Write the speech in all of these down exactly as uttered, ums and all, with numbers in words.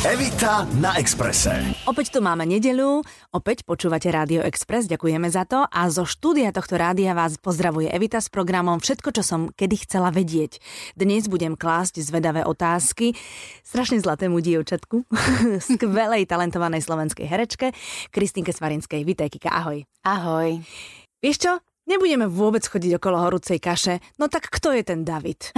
Evita na Expresse. Opäť tu máme nedeľu, opäť počúvate Rádio Express, ďakujeme za to a zo štúdia tohto rádia vás pozdravuje Evita s programom Všetko, čo som kedy chcela vedieť. Dnes budem klásť zvedavé otázky strašne zlatému dievčatku, skvelej, talentovanej slovenskej herečke, Kristýnke Svarinskej. Vítaj, Kika, ahoj. Ahoj. Vieš čo? Nebudeme vôbec chodiť okolo horúcej kaše. No tak kto je ten David?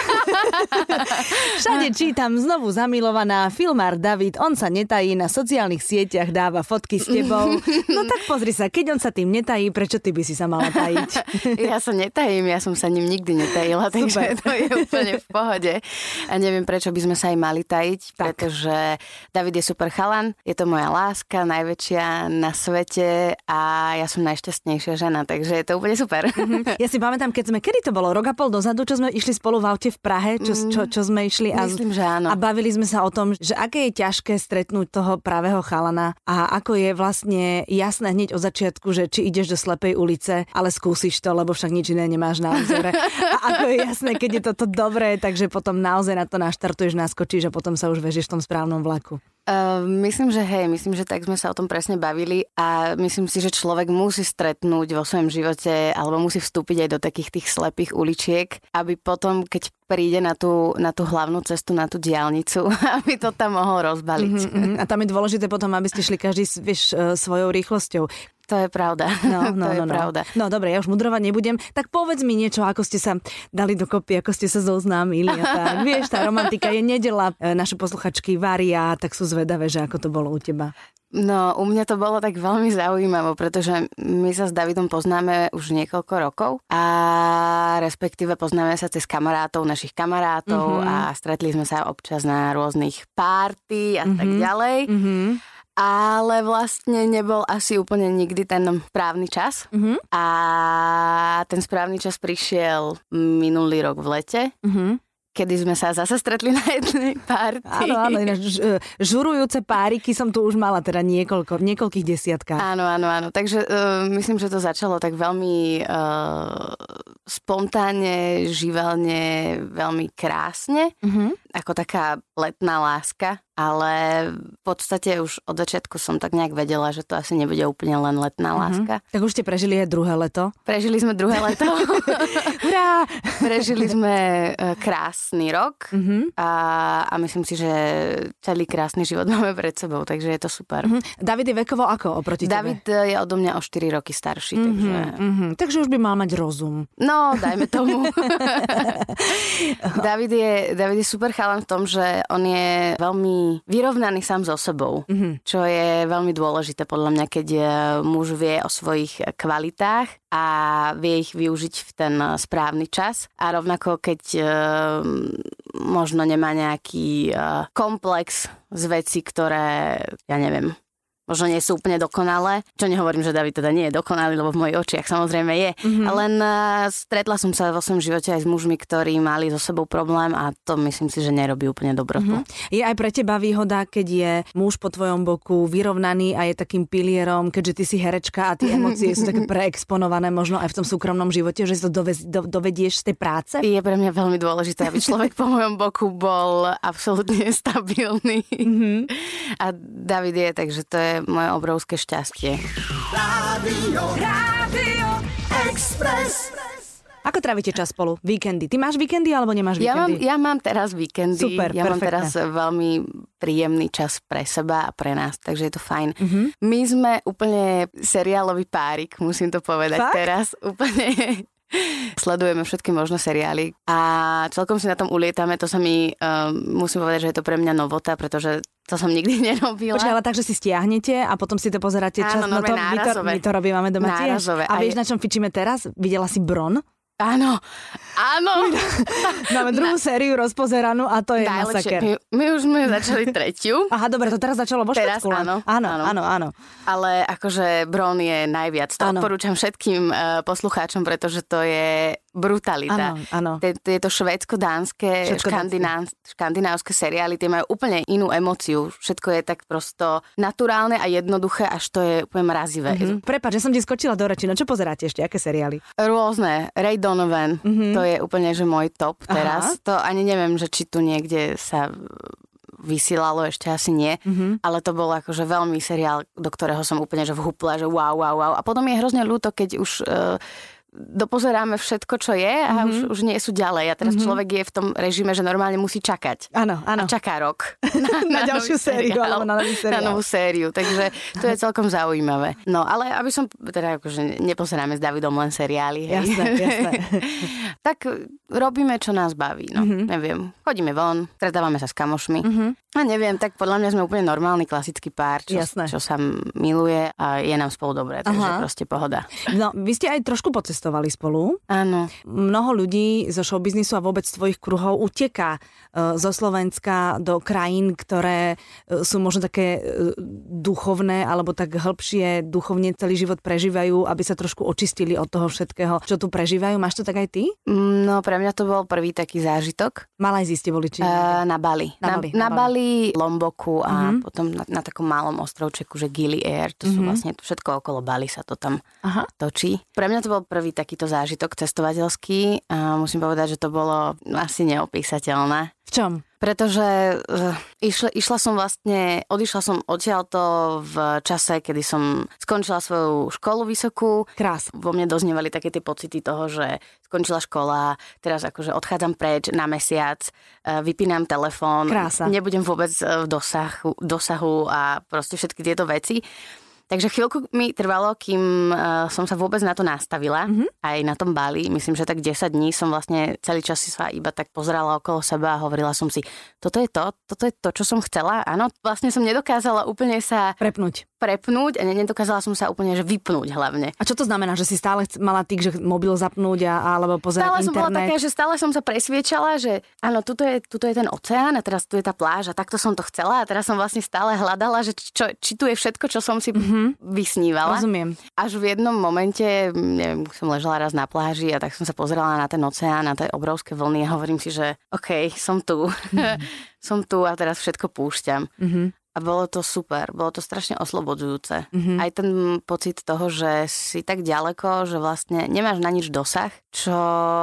Všade čítam, znovu zamilovaná, filmár David, on sa netají, na sociálnych sieťach dáva fotky s tebou. No tak pozri sa, keď on sa tým netají, prečo ty by si sa mala tajiť? Ja sa netajím, ja som sa ním nikdy netajila, takže to je úplne v pohode. A neviem, prečo by sme sa aj mali tajiť, tak. Pretože David je super chalan, je to moja láska, najväčšia na svete a ja som najšťastnejšia žena, takže je to úplne super. Mm-hmm. Ja si pamätám, keď sme, kedy to bolo, rok a pol dozadu, čo sme išli spolu v aute v Prahe, čo, čo, čo sme išli a, Myslím, že áno. a bavili sme sa o tom, že aké je ťažké stretnúť toho pravého chalana a ako je vlastne jasné hneď od začiatku, že či ideš do slepej ulice, ale skúsiš to, lebo však nič iné nemáš na obzore. A ako je jasné, keď je toto dobré, takže potom naozaj na to naštartuješ, naskočíš a potom sa už vežieš v tom správnom vlaku. Uh, myslím, že hej, myslím, že tak sme sa o tom presne bavili a myslím si, že človek musí stretnúť vo svojom živote alebo musí vstúpiť aj do takých tých slepých uličiek, aby potom, keď príde na tú, na tú hlavnú cestu, na tú diaľnicu, aby to tam mohol rozbaliť. Mm-hmm. A tam je dôležité potom, aby ste šli každý vieš, svojou rýchlosťou. To je pravda. No, no, to je no, no. pravda. No dobre, ja už mudrovať nebudem. Tak povedz mi niečo, ako ste sa dali dokopy, ako ste sa zoznámili a tak. Vieš, tá romantika je nedeľa. Naše posluchačky varia, tak sú zvedavé, že ako to bolo u teba. No, u mňa to bolo tak veľmi zaujímavé, pretože my sa s Davidom poznáme už niekoľko rokov a respektíve poznáme sa cez kamarátov, našich kamarátov mm-hmm. a stretli sme sa občas na rôznych párty a mm-hmm. tak ďalej. Mm-hmm. Ale vlastne nebol asi úplne nikdy ten správny čas. Uh-huh. A ten správny čas prišiel minulý rok v lete, uh-huh. kedy sme sa zase stretli na jednej párty. Áno, áno, ináč žurujúce páriky som tu už mala, teda niekoľko, v niekoľkých desiatkách. Áno, áno, áno. Takže uh, myslím, že to začalo tak veľmi uh, spontánne, živelne, veľmi krásne. Uh-huh. Ako taká letná láska. Ale v podstate už od začiatku som tak nejak vedela, že to asi nebude úplne len letná uh-huh. láska. Tak už ste prežili aj druhé leto? Prežili sme druhé leto. Hurá! Prežili sme krásny rok uh-huh. a, a myslím si, že celý krásny život máme pred sebou, takže je to super. Uh-huh. David je vekovo ako oproti David tebe? David je odo mňa o štyri roky starší. Uh-huh. Takže... Uh-huh. takže už by mal mať rozum. No, dajme tomu. David, je, David je super chalan v tom, že on je veľmi vyrovnaný sám so sebou, mm-hmm. čo je veľmi dôležité podľa mňa, keď muž vie o svojich kvalitách a vie ich využiť v ten správny čas a rovnako keď e, možno nemá nejaký e, komplex z vecí, ktoré, ja neviem, možno nie sú úplne dokonalé. Čo nehovorím, že David teda nie je dokonalý, lebo v mojich očiach samozrejme je. Mm-hmm. Len uh, stretla som sa vo svojom živote aj s mužmi, ktorí mali so sebou problém a to myslím si, že nerobí úplne dobrotu. Mm-hmm. Je aj pre teba výhoda, keď je muž po tvojom boku vyrovnaný a je takým pilierom, keďže ty si herečka a tie emócie sú také preexponované možno aj v tom súkromnom živote, že si to dovez, do, dovedieš z tej práce? Je pre mňa veľmi dôležité, aby človek po mojom boku bol absolútne stabilný. Mm-hmm. A David je, takže to je moje obrovské šťastie. Rádio, Rádio Express. Ako trávite čas spolu? Víkendy. Ty máš víkendy alebo nemáš víkendy? Ja mám, ja mám teraz víkendy. Super, ja perfektne. mám teraz veľmi príjemný čas pre seba a pre nás, takže je to fajn. Uh-huh. My sme úplne seriálový párik, musím to povedať. Fakt? Teraz. Úplne... Sledujeme všetky možné seriály a celkom si na tom ulietame, to sa mi, um, musím povedať, že je to pre mňa novota, pretože to som nikdy nerobila. Počkaj, ale takže si stiahnete a potom si to pozeráte čas. Áno, no to, my, to, my to robíme doma tiež. A vieš, na čom fičíme teraz? Videla si Bron? Áno, áno. Máme druhú sériu rozpozeranú a to je masaker. My, my už sme začali tretiu. Aha, dobre, to teraz začalo vo Švédsku. Teraz áno, áno, áno, áno, áno. Ale akože Bron je najviac. To áno. Odporúčam všetkým uh, poslucháčom, pretože to je brutalita. Áno, áno. Tieto švédsko-dánske, škandináv, škandinávske seriály, tie majú úplne inú emóciu. Všetko je tak prosto naturálne a jednoduché, až to je úplne mrazivé. Mm-hmm. Prepáč, že som ti skočila do reči. No čo pozeráte ešte? Aké seriály? Rôzne. Ray Donovan. Mm-hmm. To je úplne, že môj top teraz. Aha. To ani neviem, že či tu niekde sa vysielalo, ešte asi nie, mm-hmm. ale to bol akože veľmi seriál, do ktorého som úplne že vhupla, že wow, wow, wow. A potom je hrozne ľúto, keď už... Uh, dopozeráme všetko, čo je a mm-hmm. už, už nie sú ďalej. A teraz mm-hmm. človek je v tom režime, že normálne musí čakať. Áno, áno. A čaká rok. Na, na, na ďalšiu sériu, alebo na nový seriál. Na novú sériu, takže to je celkom zaujímavé. No, ale aby som, teda akože nepozeráme s Davidom len seriály. Hej. Jasné, jasné. Tak robíme, čo nás baví, no. Mm-hmm. Neviem, chodíme von, stretávame sa s kamošmi. Mm-hmm. A neviem, tak podľa mňa sme úplne normálny, klasický pár, čo, čo sa miluje a je nám spolu dobré, takže Aha. proste pohoda. No, vy ste aj trošku pocestovali spolu. Áno. Mnoho ľudí zo showbiznisu a vôbec tvojich kruhov uteká zo Slovenska do krajín, ktoré sú možno také duchovné alebo tak hĺbšie duchovne celý život prežívajú, aby sa trošku očistili od toho všetkého, čo tu prežívajú. Máš to tak aj ty? No, pre mňa to bol prvý taký zážitok. Malajzii ste boli, či? Uh, na Bali. Na, na, Bali. Na Bali, Lomboku a uh-huh. potom na, na takom malom ostrovčeku, že Gili Air. To sú uh-huh. vlastne všetko okolo Bali sa to tam Aha. točí. Pre mňa to bol prvý takýto zážitok cestovateľský a musím povedať, že to bolo asi neopísateľné. V čom? Pretože uh, išla, išla som vlastne, odišla som odtiaľto v čase, kedy som skončila svoju školu vysokú. Krás. Vo mne doznievali také tie pocity toho, že skončila škola, teraz akože odchádzam preč na mesiac, uh, vypínam telefón, Krása. Nebudem vôbec v dosahu, dosahu a proste všetky tieto veci. Takže chvíľku mi trvalo, kým uh, som sa vôbec na to nastavila, mm-hmm. aj na tom Bali. Myslím, že tak desať dní som vlastne celý čas sa iba tak pozerala okolo seba a hovorila som si, toto je to, toto je to, čo som chcela. Áno, vlastne som nedokázala úplne sa... Prepnúť. prepnúť a nedokázala som sa úplne že vypnúť hlavne. A čo to znamená, že si stále mala týk, že mobil zapnúť a, alebo pozerať stále internet? Stále som bola taká, že stále som sa presviečala, že áno, tuto je, tuto je ten oceán a teraz tu je tá pláž a takto som to chcela a teraz som vlastne stále hľadala, že čo, či tu je všetko, čo som si mm-hmm. vysnívala. Rozumiem. Až v jednom momente, neviem, som ležala raz na pláži a tak som sa pozerala na ten oceán, na tie obrovské vlny a hovorím si, že okej, okay, som tu. Mm-hmm. som tu a teraz všetko púšťam. Mm-hmm. A bolo to super, bolo to strašne oslobodzujúce. Mm-hmm. Aj ten pocit toho, že si tak ďaleko, že vlastne nemáš na nič dosah, čo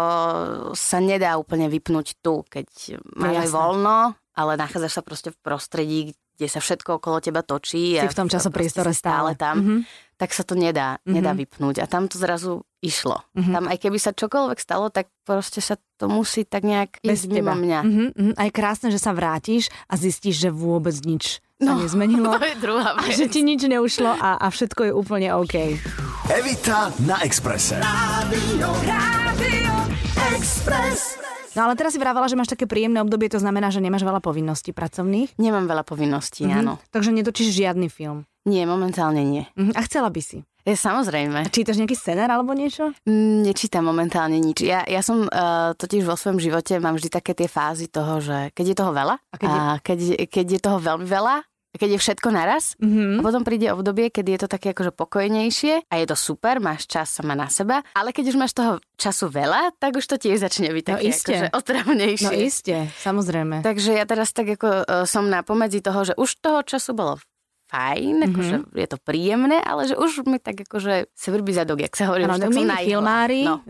sa nedá úplne vypnúť tu, keď máš aj voľno, ale nachádzaš sa proste v prostredí, kde sa všetko okolo teba točí. Si a v tom časopriestore stále. stále tam. Mm-hmm. Tak sa to nedá, mm-hmm. nedá vypnúť. A tam to zrazu išlo. Mm-hmm. Tam aj keby sa čokoľvek stalo, tak proste sa to musí tak nejak ísť mimo mňa. Mm-hmm. A je krásne, že sa vrátiš a zistíš, že vôbec nič sa no, nezmenilo. To je druhá vec. A že ti nič neušlo a, a všetko je úplne OK. Evita na Expresse. Rádio, Rádio Express. No ale teraz si vravala, že máš také príjemné obdobie, to znamená, že nemáš veľa povinností pracovných? Nemám veľa povinností, mm-hmm. áno. Takže netočíš žiadny film? Nie, momentálne nie. Mm-hmm. A chcela by si? Je, samozrejme. A čítaš nejaký scenár alebo niečo? Mm, nečítam momentálne nič. Ja, ja som uh, totiž vo svojom živote, mám vždy také tie fázy toho, že keď je toho veľa, a keď je, a keď, keď je toho veľmi veľa, keď je všetko naraz, mm-hmm. a potom príde obdobie, keď je to také akože pokojnejšie a je to super, máš čas sama na seba, ale keď už máš toho času veľa, tak už to tiež začne byť také no akože otravnejšie. No iste, samozrejme. Takže ja teraz tak ako uh, som na pomedzi toho, že už toho času bolo fajn, mm-hmm. akože je to príjemné, ale že už mi tak akože svrbí zadok, jak sa hovorí, ano, už tak som na filmári. No.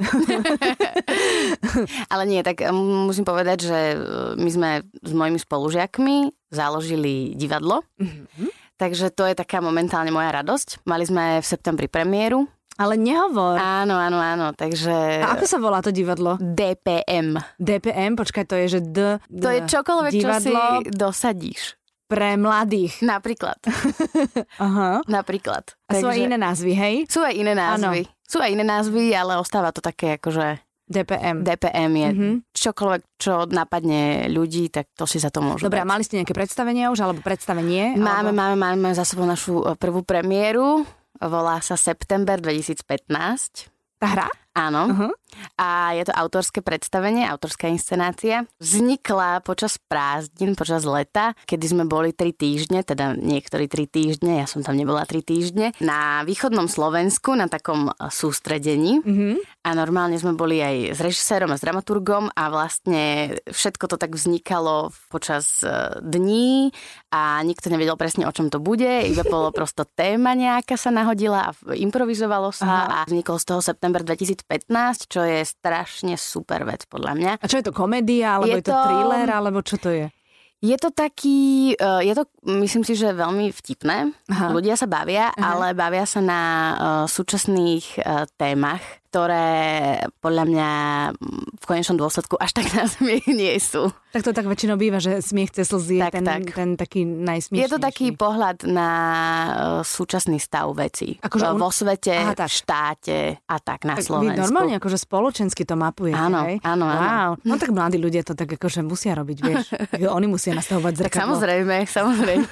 Ale nie, tak musím povedať, že my sme s mojimi spolužiakmi založili divadlo, mm-hmm. takže to je taká momentálne moja radosť. Mali sme v septembri premiéru. Ale nehovor. Áno, áno, áno, takže... A ako sa volá to divadlo? dé pé em. dé pé em, počkaj, to je, že D... To je čokoľvek, divadlo... čo si dosadíš. Pre mladých. Napríklad. Aha. Napríklad. A sú aj iné názvy, hej? Sú aj iné názvy. Ano. Sú aj iné názvy, ale ostáva to také akože... dé pé em. dé pé em je mm-hmm. čokoľvek, čo napadne ľudí, tak to si za to môžu. Dobre, a mali ste nejaké predstavenia už, alebo predstavenie? Máme, alebo... máme, máme za sebou našu prvú premiéru. Volá sa September dvetisícpätnásť. Tá hra? Áno. Uh-huh. A je to autorské predstavenie, autorská inscenácia. Vznikla počas prázdnin, počas leta, kedy sme boli tri týždne, teda niektorí tri týždne, ja som tam nebola tri týždne, na východnom Slovensku, na takom sústredení. Uh-huh. A normálne sme boli aj s režisérom a s dramaturgom a vlastne všetko to tak vznikalo počas dní a nikto nevedel presne, o čom to bude. Iba bolo prosto téma nejaká sa nahodila a improvizovalo sa. Aha. A vznikol z toho september dvetisícpätnásť, čo je strašne super vec podľa mňa. A čo je to, komédia, alebo je, je to, to thriller, alebo čo to je? Je to taký, je to, myslím si, že veľmi vtipné. Aha. Ľudia sa bavia, Aha. ale bavia sa na uh, súčasných uh, témach, ktoré podľa mňa v konečnom dôsledku až tak na smiech nie sú. Tak to tak väčšinou býva, že smiech cez slzy je ten, ten taký najsmiešnejší. Je to taký pohľad na uh, súčasný stav vecí. Akože uh, on... vo svete, Aha, v štáte a tak na tak Slovensku. Vy normálne akože spoločensky to mapujete, áno, hej? Áno, áno. Wow. No tak mladí ľudia to tak akože musia robiť, vieš. Oni musia nastavovať zrkadlo. Tak samozrejme, samozrejme.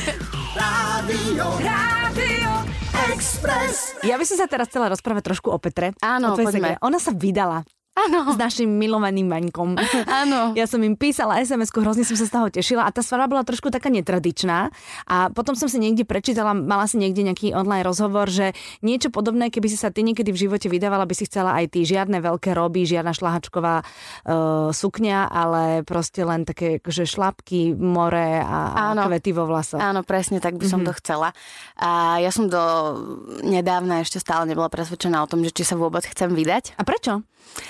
Rádio, Rádio Express. Ja by som sa teraz chcela rozprávať trošku o Petre. Áno, poďme. Segre. Ona sa vydala. Áno. S našim milovaným Maňkom. Áno. Ja som im písala es em esku, hrozne som sa z toho tešila a tá svadba bola trošku taká netradičná a potom som si niekde prečítala, mala si niekde nejaký online rozhovor, že niečo podobné, keby si sa ty niekedy v živote vydávala, by si chcela aj ty. Žiadne veľké roby, žiadna šľahačková uh, sukňa, ale proste len také že šlapky, more a, a kvety vo vlasoch. Áno, presne, tak by som mm-hmm. to chcela. A ja som do nedávna ešte stále nebola presvedčená o tom, že či sa vôbec chcem vydať. A prečo?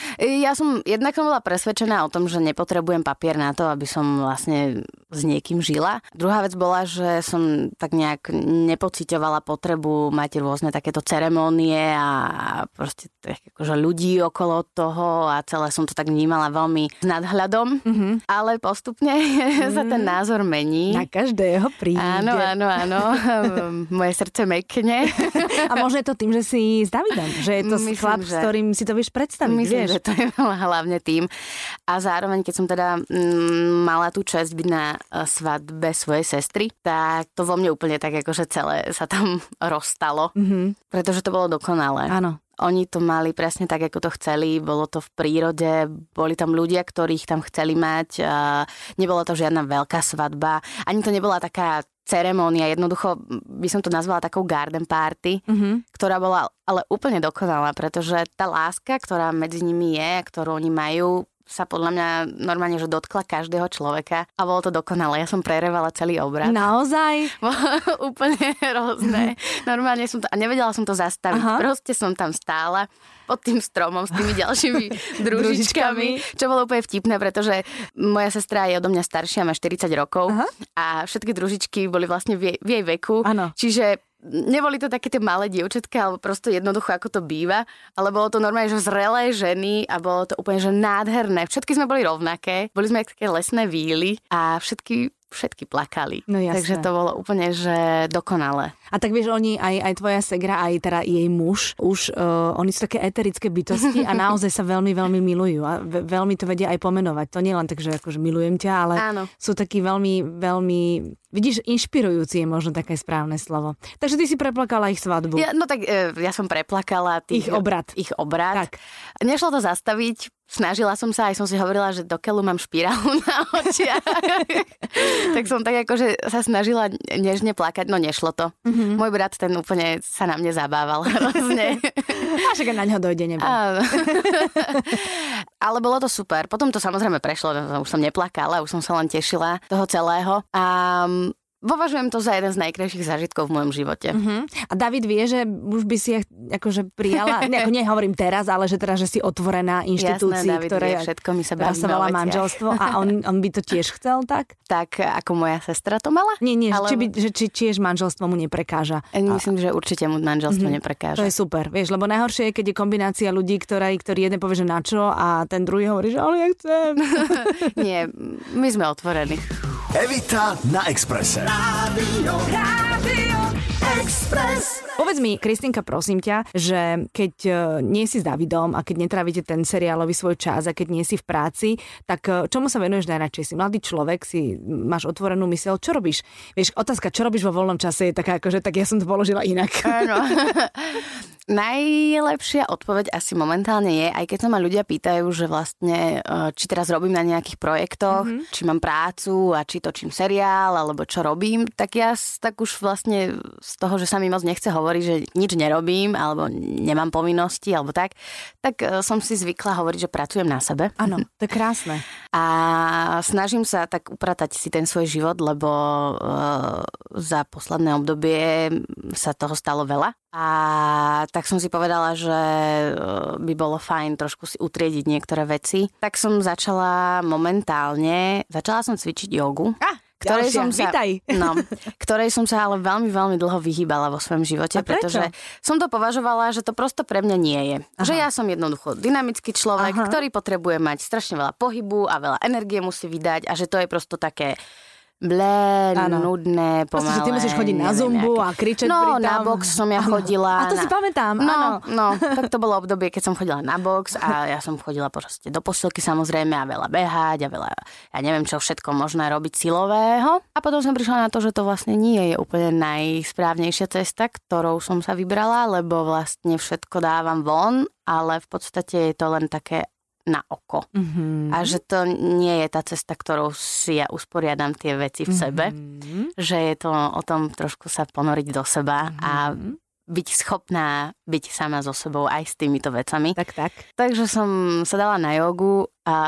Ja som jednak som bola presvedčená o tom, že nepotrebujem papier na to, aby som vlastne s niekým žila. Druhá vec bola, že som tak nejak nepociťovala potrebu mať rôzne takéto ceremónie a proste tak akože ľudí okolo toho a celé som to tak vnímala veľmi s nadhľadom. Mm-hmm. Ale postupne mm. sa ten názor mení. Na každého príde. Áno, áno, áno. Moje srdce mekne. A možno je to tým, že si s Davidom, že je to Myslím, chlap, že... s ktorým si to vieš predstaviť. Myslím, vieš? že to je hlavne tým. A zároveň, keď som teda m, mala tú česť byť na svadbe svojej sestry, tak to vo mne úplne tak akože celé sa tam rozstalo. Mm-hmm. Pretože to bolo dokonalé. Áno. Oni to mali presne tak, ako to chceli. Bolo to v prírode, boli tam ľudia, ktorých tam chceli mať. Nebola to žiadna veľká svadba. Ani to nebola taká ceremónia. Jednoducho by som to nazvala takou garden party, mm-hmm. ktorá bola ale úplne dokonalá, pretože tá láska, ktorá medzi nimi je, ktorú oni majú, sa podľa mňa normálne, že dotkla každého človeka a bolo to dokonalé. Ja som prerevala celý obrad. Naozaj? Úplne hrozné. Normálne som to, a nevedela som to zastaviť. Aha. Proste som tam stála pod tým stromom s tými ďalšími družičkami, čo bolo úplne vtipné, pretože moja sestra je odo mňa staršia, má štyridsať rokov. Aha. A všetky družičky boli vlastne v jej, v jej veku. Ano. Čiže neboli to také tie malé dievčatka, alebo prosto jednoducho, ako to býva, ale bolo to normálne, že zrelé ženy a bolo to úplne, že nádherné. Všetky sme boli rovnaké, boli sme také lesné víly a všetky všetky plakali. No jasné. Takže to bolo úplne, že dokonalé. A tak vieš, oni, aj, aj tvoja segra, aj teda jej muž, už uh, oni sú také eterické bytosti a naozaj sa veľmi, veľmi milujú a ve- veľmi to vedia aj pomenovať. To nie len tak, že akože milujem ťa, ale áno. Sú takí veľmi, veľmi, vidíš, inšpirujúci je možno také správne slovo. Takže ty si preplakala ich svadbu. Ja, no tak e, ja som preplakala tých, ich obrad. Ich obrad. Tak. Nešlo to zastaviť. Snažila som sa, aj som si hovorila, že do keľu mám špirálu na očiach. Tak som tak akože sa snažila nežne plakať, no nešlo to. Mm-hmm. Môj brat ten úplne sa na mne zabával hrozne. A však na ňo dojde nebo. Ale bolo to super. Potom to samozrejme prešlo, už som neplakala, už som sa len tešila toho celého. A považujem to za jeden z najkrajších zážitkov v mojom živote. Uh-huh. A David vie, že už by si akože prijala, nejako nehovorím teraz, ale že teraz, že si otvorená inštitúcii, Jasné, ktoré vie, všetko mi sa bavíme volá manželstvo a on, on by to tiež chcel tak? Tak ako moja sestra to mala? Nie, nie, ale... či, by, že, či tiež manželstvo mu neprekáža. Myslím, že určite mu manželstvo uh-huh. neprekáža. To je super, vieš, lebo najhoršie je, keď je kombinácia ľudí, ktorí, ktorý jeden povie, že na čo a ten druhý hovorí, že ale ja chcem. Nie, my sme otvorení. Evita na Expresse. Rádio, Rádio Express. Povedz mi, Kristýnka, prosím ťa, že keď nie si s Davidom a keď netrávite ten seriálový svoj čas a keď nie si v práci, tak čomu sa venuješ najradšej? Si mladý človek, si máš otvorenú myseľ, čo robíš? Vieš, otázka, čo robíš vo voľnom čase je taká, akože tak ja som to položila inak. Áno. Najlepšia odpoveď asi momentálne je, aj keď sa ma ľudia pýtajú, že vlastne, či teraz robím na nejakých projektoch, mm-hmm. či mám prácu a či točím seriál, alebo čo robím, tak ja tak už vlastne z toho, že sa mi moc nechce hovoriť, že nič nerobím, alebo nemám povinnosti, alebo tak, tak som si zvykla hovoriť, že pracujem na sebe. Áno, to je krásne. A snažím sa tak upratať si ten svoj život, lebo uh, za posledné obdobie sa toho stalo veľa. A tak som si povedala, že by bolo fajn trošku si utriediť niektoré veci. Tak som začala momentálne, začala som cvičiť jogu. Ah, ktorej ďalšia, som sa, vítaj. no, ktorej som sa ale veľmi, veľmi dlho vyhýbala vo svojom živote, pretože som to považovala, že to prosto pre mňa nie je. Aha. Že ja som jednoducho dynamický človek, Aha. ktorý potrebuje mať strašne veľa pohybu a veľa energie musí vydať a že to je prosto také blé, nudné, pomalé. Proste, ty musíš chodiť na zumbu a kričať no, pritom. na box som ja chodila. A to na... si pamätám, no, áno. No, tak to bolo obdobie, keď som chodila na box a ja som chodila proste do posilky samozrejme a veľa behať a veľa, ja neviem čo všetko možné robiť silového. A potom som prišla na to, že to vlastne nie je úplne najsprávnejšia cesta, ktorou som sa vybrala, lebo vlastne všetko dávam von, ale v podstate je to len také na oko. Mm-hmm. A že to nie je tá cesta, ktorou si ja usporiadam tie veci v sebe. Mm-hmm. Že je to o tom trošku sa ponoriť do seba mm-hmm. a byť schopná byť sama so sebou aj s týmito vecami. Tak, tak. Takže som sa dala na jogu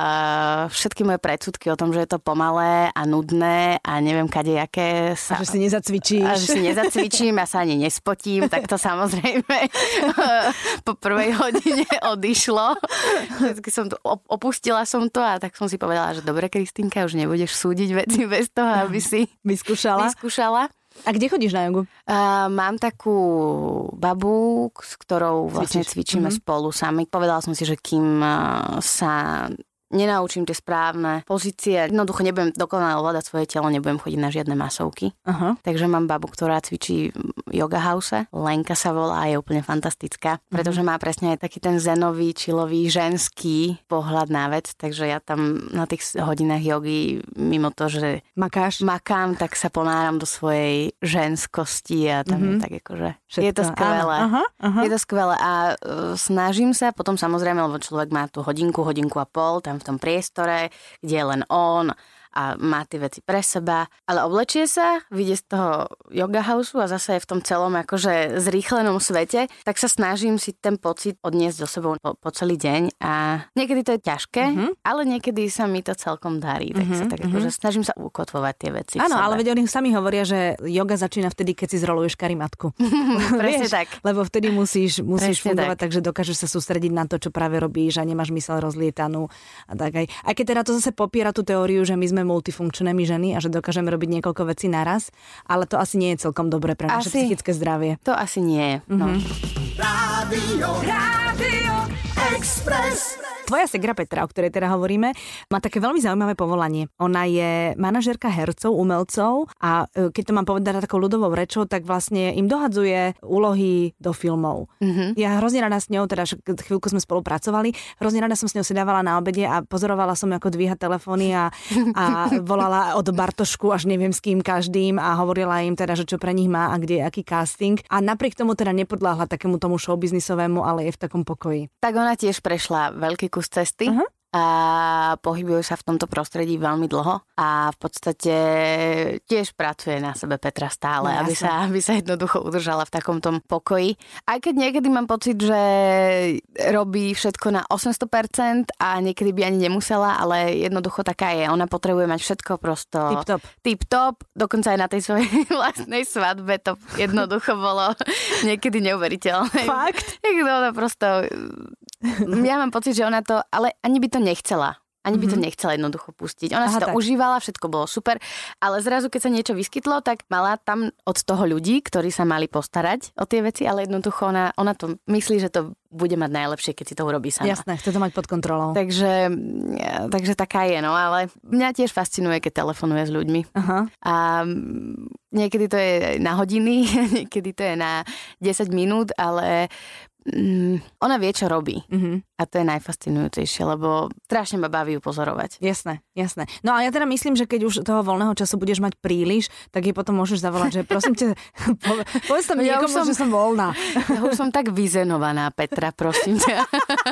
a všetky moje predsudky o tom, že je to pomalé a nudné a neviem kadejaké sa... A že si nezacvičíš. A že si nezacvičím a sa ani nespotím, tak to samozrejme po prvej hodine odišlo. Vždycky som to, opustila som to a tak som si povedala, že dobre, Kristýnka, už nebudeš súdiť veci bez toho, aby si vyskúšala. vyskúšala. A kde chodíš na jogu? Uh, mám takú babu, s ktorou vlastne Cvičíš. cvičíme mm-hmm. spolu sami. Povedala som si, že kým uh, sa nenaučím tie správne pozície, jednoducho nebudem dokonale ovládať svoje telo, nebudem chodiť na žiadne masovky. Uh-huh. Takže mám babu, ktorá cvičí v yoga house. Lenka sa volá a je úplne fantastická, pretože uh-huh. má presne aj taký ten zenový, čilový, ženský pohľad na vec, takže ja tam na tých hodinách jogy, mimo to, že Makáš? makám, tak sa ponáram do svojej ženskosti a tam uh-huh. je tak akože všetko. Je to skvelé. Uh-huh. Uh-huh. Je to skvelé a uh, snažím sa potom samozrejme, lebo človek má tú hodinku, hodinku a pol tam v tom priestore, kde je len on a má tie veci pre seba, ale oblečie sa, vyjde z toho yoga houseu a zase je v tom celom akože zrýchlenom svete, tak sa snažím si ten pocit odniesť so sebou po, po celý deň a niekedy to je ťažké, mm-hmm. ale niekedy sa mi to celkom darí, tak mm-hmm. sa tak akože snažím sa ukotvovať tie veci. Áno, ale veď oni sami hovoria, že yoga začína vtedy, keď si zroluješ karimatku. Presne Vieš, tak. Lebo vtedy musíš, musíš fungovať, tak. takže dokážeš sa sústrediť na to, čo práve robíš a nemáš myseľ rozlietanú a tak aj. Aj keď teda to zase popiera tú teóriu, že my sme multifunkčné ženy a že dokážeme robiť niekoľko vecí naraz, ale to asi nie je celkom dobré pre naše asi, psychické zdravie. To asi nie je. No. Mm-hmm. Rádio, Rádio Express. Tvoja segra Petra, o ktorej teda hovoríme, má také veľmi zaujímavé povolanie. Ona je manažérka hercov, umelcov a keď to mám povedať takou ľudovou rečou, tak vlastne im dohadzuje úlohy do filmov. Mm-hmm. Ja hrozne rada s ňou, teda chvíľku sme spolupracovali, hrozne rada som s ňou sedávala na obede a pozorovala som, ako dvíha telefóny a, a volala od Bartošku až neviem s kým každým a hovorila im teda, že čo pre nich má a kde je aký casting. A napriek tomu teda nepodľahla takému tomu showbiznisovému, ale je v takom pokoji. Tak ona tiež prešla veľký kus cesty. Uh-huh. A pohybuje sa v tomto prostredí veľmi dlho a v podstate tiež pracuje na sebe Petra stále, no, aby, sa, aby sa jednoducho udržala v takomto pokoji. Aj keď niekedy mám pocit, že robí všetko na osemsto percent a niekedy by ani nemusela, ale jednoducho taká je. Ona potrebuje mať všetko prosto tip-top. Tip-top. Dokonca aj na tej svojej vlastnej svadbe to jednoducho bolo niekedy neuveriteľné. Fakt? Ona prosto... Ja mám pocit, že ona to, ale ani by to nechcela. Ani by to nechcela jednoducho pustiť. Ona Aha, si to tak. užívala, všetko bolo super, ale zrazu, keď sa niečo vyskytlo, tak mala tam od toho ľudí, ktorí sa mali postarať o tie veci, ale jednoducho ona, ona to myslí, že to bude mať najlepšie, keď si to urobí sama. Jasné, chce to mať pod kontrolou. Takže, takže taká je, no, ale mňa tiež fascinuje, keď telefonuje s ľuďmi. Aha. A niekedy to je na hodiny, niekedy to je na desať minút, ale mm, ona vie, čo robí. Mm-hmm. A to je najfascinujúcejšie, lebo strašne ma baví ju pozorovať. Jasné, jasné. No a ja teda myslím, že keď už toho voľného času budeš mať príliš, tak jej potom môžeš zavolať, že prosím ťa, povedz tam ja niekomu, som, že som voľná. Ja už som tak vyzenovaná, Petra, prosím ťa.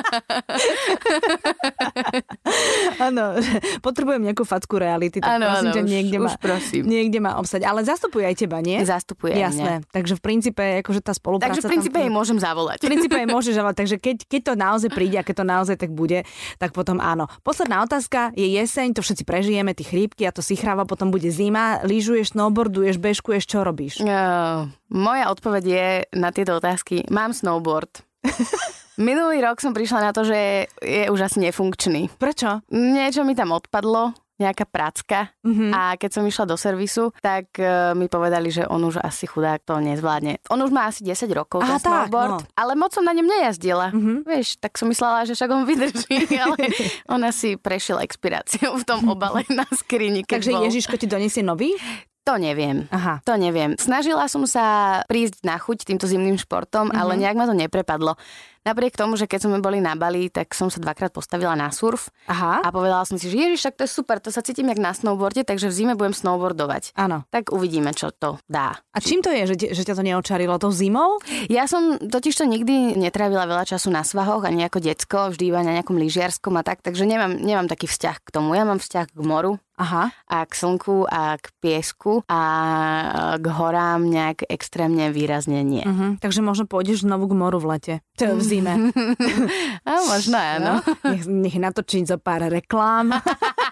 Áno, potrebujem nejakú facku reality, tak ano, prosím ano, ťa, niekde, už, ma, už prosím. niekde ma obsať. Ale zastupuje aj teba, nie? Zastupuje aj Jasné, mňa. takže v princípe, akože tá spolupráca... Takže v princípe jej môžem zavolať. V princípe jej môžeš zavolať, takže keď, keď to naozaj príde a keď to naozaj tak bude, tak potom áno. Posledná otázka, je jeseň, to všetci prežijeme, ty chrípky a to si chráva, potom bude zima, lyžuješ, snowboarduješ, bežkuješ, čo robíš? Uh, moja odpoveď je na tieto otázky, mám snowboard. Minulý rok som prišla na to, že je už asi nefunkčný. Prečo? Niečo mi tam odpadlo, nejaká pracka Mm-hmm. a keď som išla do servisu, tak uh, mi povedali, že on už asi chudák to nezvládne. On už má asi desať rokov, ten snowboard, no. Ale moc som na ňom nejazdila. Mm-hmm. Vieš, tak som myslela, že však on vydrží, ale on asi prešiel expiráciou v tom obale na skrini. Takže bol. Ježiško ti donesie nový? To neviem. Aha. To neviem. Snažila som sa prísť na chuť týmto zimným športom, mm-hmm. ale nejak ma to neprepadlo. Napriek tomu, že keď sme boli na Bali, tak som sa dvakrát postavila na surf. Aha. A povedala som si, že ježiš, tak to je super, to sa cítim jak na snowboarde, takže v zime budem snowboardovať. Áno. Tak uvidíme, čo to dá. A čím to je, že, že ťa to neočarilo? Tou zimou? Ja som totiž to nikdy netrávila veľa času na svahoch, ani ako decko, vždy iba na nejakom lyžiarskom a tak, takže nemám, nemám taký vzťah k tomu. Ja mám vzťah k moru. Aha. A k slnku a k piesku a k horám nejak extrémne výrazne nie. Uh-huh. Takže možno pôjdeš znovu k moru v lete. To je v zime. A možno áno. No, nech, nech natočiť zo pár reklám.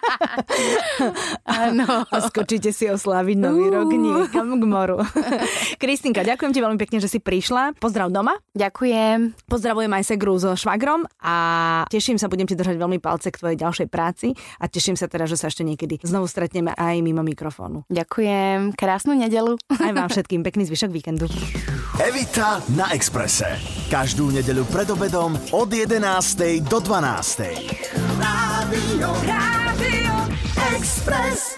Áno. A skočíte si oslaviť nový uh. rok niekam k moru. Kristýnka, ďakujem ti veľmi pekne, že si prišla. Pozdrav doma. Ďakujem. Pozdravujem aj segru so švagrom a teším sa, budem ti držať veľmi palce k tvojej ďalšej práci a teším sa teda, že sa ešte niekedy znovu stretneme aj mimo mikrofónu. Ďakujem. Krásnu nedeľu. Aj vám všetkým pekný zvyšok víkendu. Evita na Expresse. Každú nedeľu pred obedom od jedenástej do dvanástej. Rádio, Rádio Express.